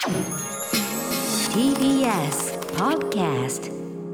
TBS Podcast。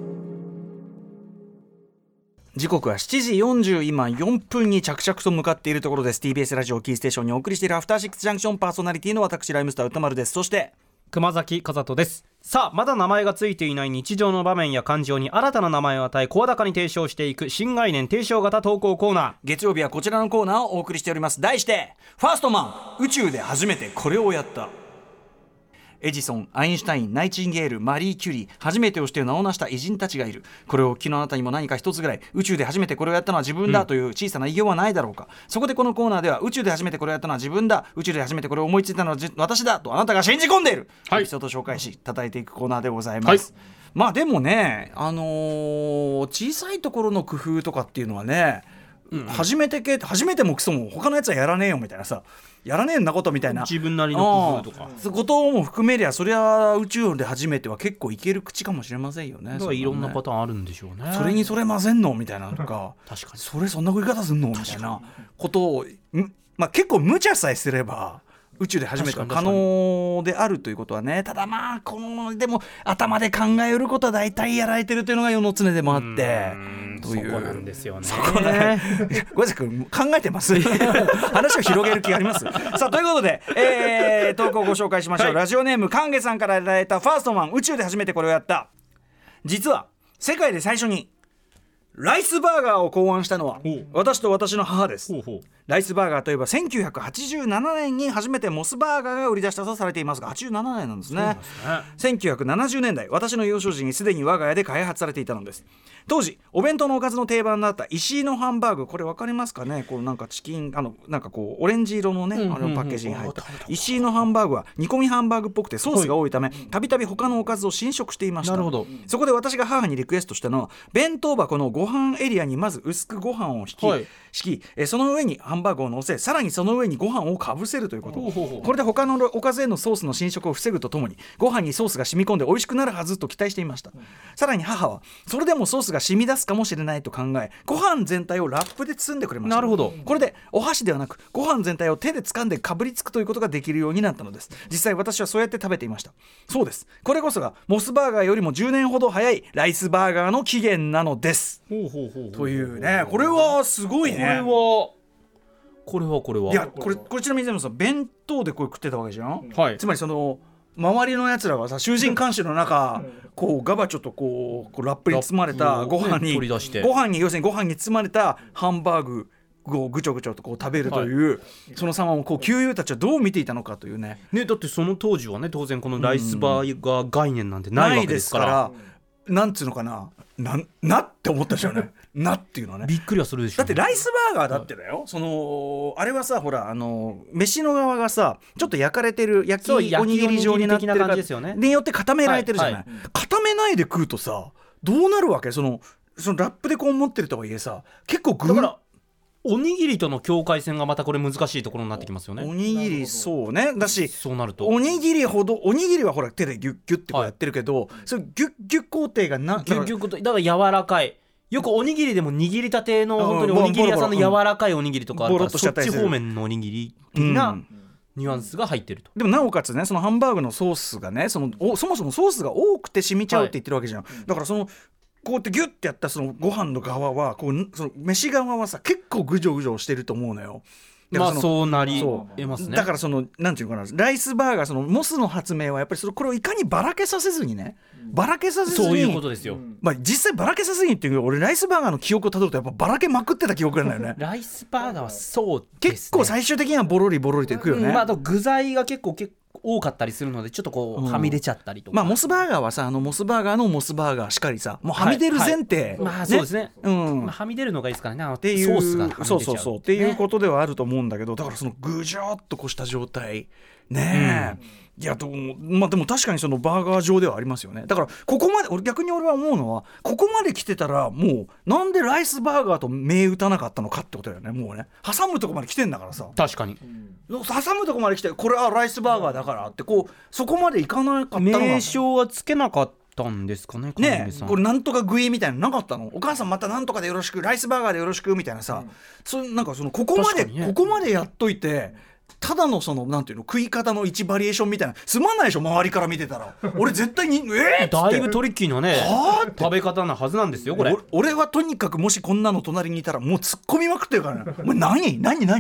時刻は7時40今4分に着々と向かっているところです。 TBS ラジオキーステーションにお送りしているアフターシックスジャンクション、パーソナリティの私ライムスター歌丸です。そして熊崎和人です。さあ、まだ名前がついていない日常の場面や感情に新たな名前を与え声高に提唱していく新概念提唱型投稿コーナー。 月曜日はこちらのコーナーをお送りしております。題してファーストマン、宇宙で初めてこれをやった。エジソン、アインシュタイン、ナイチンゲール、マリー・キュリー、初めてをして名を成した偉人たちがいる。これを昨日あなたにも何か一つぐらい宇宙で初めてこれをやったのは自分だという小さな偉業はないだろうか。そこでこのコーナーでは宇宙で初めてこれをやったのは自分だ、宇宙で初めてこれを思いついたのは私だとあなたが信じ込んでいる、エピソードを紹介し叩いていくコーナーでございます、まあでもね、小さいところの工夫とかっていうのはね、初めてもクソも他のやつはやらねえよみたいなさ、やらねえんなことみたいな自分なりの工夫とかそういうことも含めりゃ、そりゃ宇宙で初めては結構いける口かもしれませんよね。 だからいろんなパターンあるんでしょうね。 それにそれ混ぜんのみたいなのとか確かにそれそんな食い方すんのみたいなことを結構無茶さえすれば宇宙で初めては可能であるということはね。ただまあこのでも頭で考えうることは大体やられてるというのが世の常でもあってというそこなんですよね。 そこねごめんなさい、考えてます話を広げる気がありますさあということで、投稿をご紹介しましょう、ラジオネームカンゲさんからいただいたファーストマン、宇宙で初めてこれをやった。実は世界で最初にライスバーガーを考案したのは私と私の母です。ライスバーガーといえば1987年に初めてモスバーガーが売り出したとされていますが、87年なんですね。1970年代、私の幼少時にすでに我が家で開発されていたのです。当時お弁当のおかずの定番だった石井のハンバーグ、これ分かりますかね。こうなんかチキンなんかこうオレンジ色のね、パッケージに入った石井のハンバーグは煮込みハンバーグっぽくてソースが多いため、たびたび他のおかずを侵食していました。 なるほど。 そこで私が母にリクエストしたのは、弁当箱のご飯エリアにまず薄くご飯を敷き、その上にハンバーグを乗せ、さらにその上にご飯をかぶせるということ。これで他のおかずへのソースの侵食を防ぐとともにご飯にソースが染み込んで美味しくなるはずと期待していました。さらに母はそれでもソースが染み出すかもしれないと考え、ご飯全体をラップで包んでくれました。 なるほど。 これでお箸ではなくご飯全体を手で掴んでかぶりつくということができるようになったのです。実際私はそうやって食べていました。そうです、これこそがモスバーガーよりも10年ほど早いライスバーガーの起源なのです。というね、これはすごいね。 これはいやこれちなみにでもさ、弁当でこれ食ってたわけじゃん、 はい、 つまりその周りのやつらがさ、囚人監視の中こうガバチョとこうラップに包まれたご飯に要するにご飯に包まれたハンバーグをぐちょぐちょとこう食べるという、その様をこう旧友たちはどう見ていたのかというね。 だってその当時はね、当然このライスバーガー概念なんてないわけですから、 なんつうのかなって思ったでしょうねなっていうのはね、 びっくりはするでしょう、 だってライスバーガーだってだよ、そのあれはさ、ほら飯の側がさちょっと焼かれてる焼きおにぎり状になってるからによって固められてるじゃない、固めないで食うとさどうなるわけ。そのラップでこう持ってるとはいえさ、結構だからおにぎりとの境界線がまたこれ難しいところになってきますよね。 おにぎりそうね、だしそうなるとおにぎりはほら手でギュッギュッってこうやってるけど、それギュッギュッ工程がギュッギュッだから柔らかい、よくおにぎりでも握りたての本当におにぎり屋さんの柔らかいおにぎりとかあるから、そっち方面のおにぎり的なニュアンスが入ってると。 でもなおかつね、そのハンバーグのソースがね、そもそもソースが多くて染みちゃうって言ってるわけじゃん、だからそのこうやってギュッてやったそのご飯の側はこうその飯側はさ結構ぐじょぐじょしてると思うのよ。 そうなり得ますね。 だからそのなんていうかな、ライスバーガー、そのモスの発明はやっぱりこれをいかにばらけさせずにそういうことですよ、 実際ばらけさせずにっていう、俺ライスバーガーの記憶をたどるとやっぱばらけまくってた記憶なんだよねライスバーガーはそうですね、 結構最終的にはボロリボロリといくよね、 あと具材が結構多かったりするのでちょっとこうはみ出ちゃったりとか、 モスバーガーはさモスバーガーのモスバーガーしかりさ、もうはみ出る前提、 そうですね、はみ出るのがいいですからね、 っていうソースがはみ出ちゃう、 そうっていうことではあると思うんだけど、だからそのぐじょっとこした状態ねいやでも確かにそのバーガー上ではありますよね。だからここまで逆に俺は思うのは、ここまで来てたらもうなんでライスバーガーと銘打たなかったのかってことだよね。もうね挟むとこまで来てんだからさ、 確かに、 挟むとこまで来てこれはライスバーガーだからってこうそこまでいかなかったのが、 名称はつけなかったんですかね。 これなんとか食いみたいなのなかったの？お母さんまたなんとかでよろしく、ライスバーガーでよろしくみたいなさ、なんかそのここまでやっといてただのそのなんていうの食い方の1バリエーションみたいなすまないでしょ周りから見てたら俺絶対にだいぶトリッキーなね食べ方なはずなんですよこれ。 俺はとにかくもしこんなの隣にいたらもう突っ込みまくってるからねお前何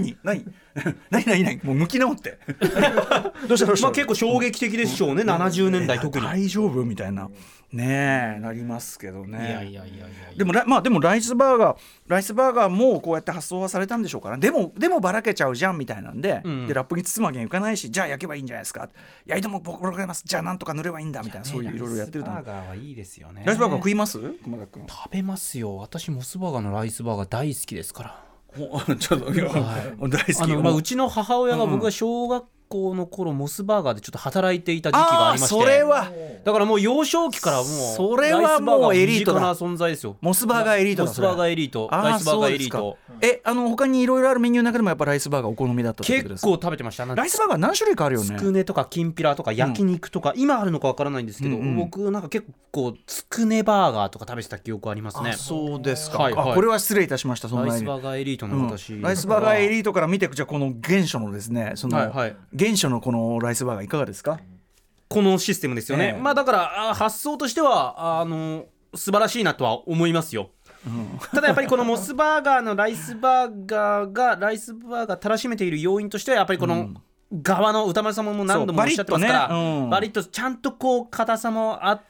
もう向き直ってどうしたまあ結構衝撃的でしょうね70年代特に。 大丈夫みたいなねえなりますけどね。 いやでもまあでもライスバーガーもこうやって発想はされたんでしょうから、でもばらけちゃうじゃんみたいなんで、でラップに包むわけにいかないし、じゃあ焼けばいいんじゃないですか、焼いても僕らます、じゃあなんとか塗ればいいんだみたいな、そういういろいろやってると思う。 ライスバーガーはいいですよね。 ライスバーガー食います？熊田君。 食べますよ。私モスバーガーのライスバーガー大好きですから。 ちょっと、大好き。 うちの母親が僕が小学校の頃モスバーガーでちょっと働いていた時期がありまして、 それはだからもう幼少期からもうそれはもうエリートだ。 ライスバーガー身近な存在ですよ。 モスバーガーエリートだ。 モスバーガーエリート、ライスバーガーエリート。 他にいろいろあるメニューの中でもやっぱライスバーガーお好みだったってことですか？ 結構食べてました。 ライスバーガー何種類かあるよね。 つくねとかきんぴらとか焼肉とか、今あるのかわからないんですけど、僕なんか結構つくねバーガーとか食べてた記憶ありますね。 そうですか。 これは失礼いたしました。その前にライスバーガーエリートの私、 ライスバーガーエリートから見て、じゃあこの原初のですね、その、原初のこのライスバーガーいかがですか？ このシステムですよね。まあだから発想としては素晴らしいなとは思いますよ。ただやっぱりこのモスバーガーのライスバーガーたらしめている要因としてはやっぱりこの側の歌丸様も何度もおっしゃってますから、バリッとちゃんとこう硬さもあって、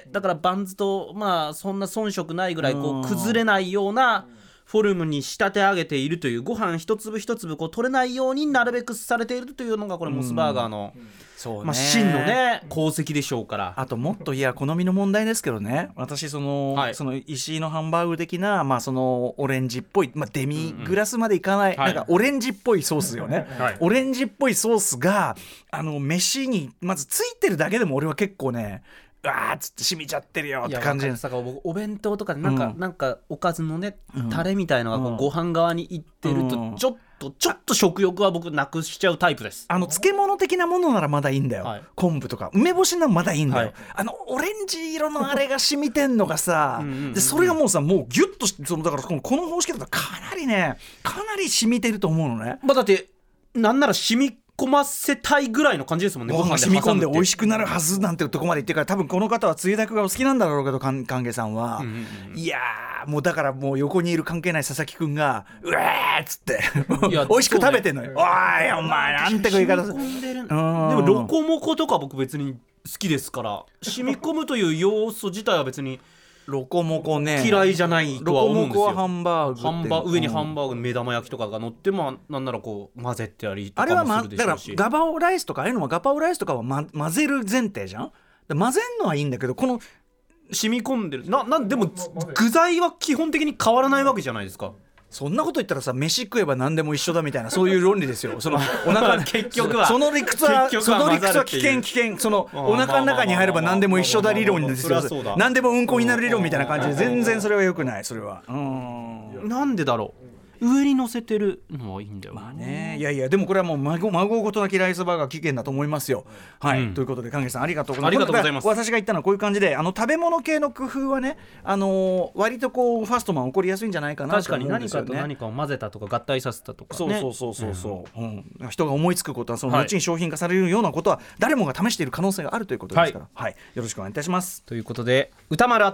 だからバンズとまあそんな遜色ないぐらいこう崩れないようなフォルムに仕立て上げているという、ご飯一粒一粒こう取れないようになるべくされているというのがこれモスバーガーの真のね功績でしょうから。 あともっと好みの問題ですけどね、私その石井のハンバーグ的な、そのオレンジっぽい、デミグラスまでいかない、なんかオレンジっぽいソースよね、オレンジっぽいソースが飯にまずついてるだけでも俺は結構ねわーっつって染みちゃってるよって感じです。 僕お弁当とかでなんかおかずのねタレみたいのがこうご飯側にいってるとちょっと食欲は僕なくしちゃうタイプです。 漬物的なものならまだいいんだよ、昆布とか梅干しならまだいいんだよ、オレンジ色のあれが染みてんのがさでそれがもうギュッとだからこの方式だとかなり染みてると思うのね。 だってなんなら染み込ませたいぐらいの感じですもんね。ご飯で染み込んで美味しくなるはずなんてとこまで言ってから、多分この方はつゆだくがお好きなんだろうけど、関係さんは、いやもうだからもう横にいる関係ない佐々木くんがうえーっつって美味しく食べてんのよ。おいお前なんて食い方する。でもロコモコとか僕別に好きですから、染み込むという要素自体は別にロコモコね嫌いじゃないとは思うんですよ。 ロコモコはハンバーグ上にハンバーグの目玉焼きとかが乗ってもなんならこう混ぜてありとかもするでしょうし、 あれはだからガパオライスとかああいうのもガパオライスとかは、混ぜる前提じゃん。混ぜんのはいいんだけど、この染み込んでるでも具材は基本的に変わらないわけじゃないですか。 そんなこと言ったらさ、飯食えば何でも一緒だみたいな、そういう論理ですよ。そのお腹結局はその理屈は危険。そのお腹の中に入れば何でも一緒だ理論ですよ。何でもうんこになる理論みたいな感じで、全然それは良くない。それはなんでだろう。上に乗せてるのはいいんだよ。 いやでもこれはもう孫ごとなきライスバーガー危険だと思いますよ。ということで関係さんありがとうございます。私が言ったのはこういう感じで、食べ物系の工夫はね、割とこうファストマン起こりやすいんじゃないかなと思うんですよね。 確かに何かと何かを混ぜたとか合体させたとかね。そう人が思いつくことはその後に商品化されるようなことは誰もが試している可能性があるということですから、よろしくお願いいたします。 ということで歌丸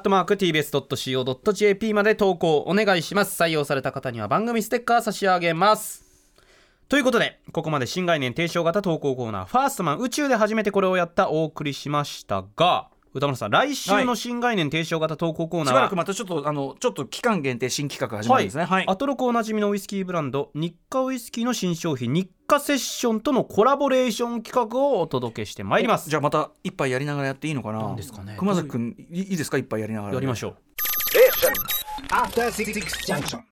@tbs.co.jp まで投稿お願いします。採用された方には番組ステッカー差し上げます。ということでここまで新概念提唱型投稿コーナーファーストマン宇宙で初めてこれをやったお送りしましたが、歌丸さん来週の新概念提唱型投稿コーナーは、 しばらくまたちょっと期間限定新企画始まるんですね。 アトロクおなじみのウイスキーブランド日課ウイスキーの新商品日課セッションとのコラボレーション企画をお届けしてまいります。 じゃあまた一杯やりながらやっていいのかな。 なんですかね。 熊崎くんいいですか、一杯やりながらやりましょう。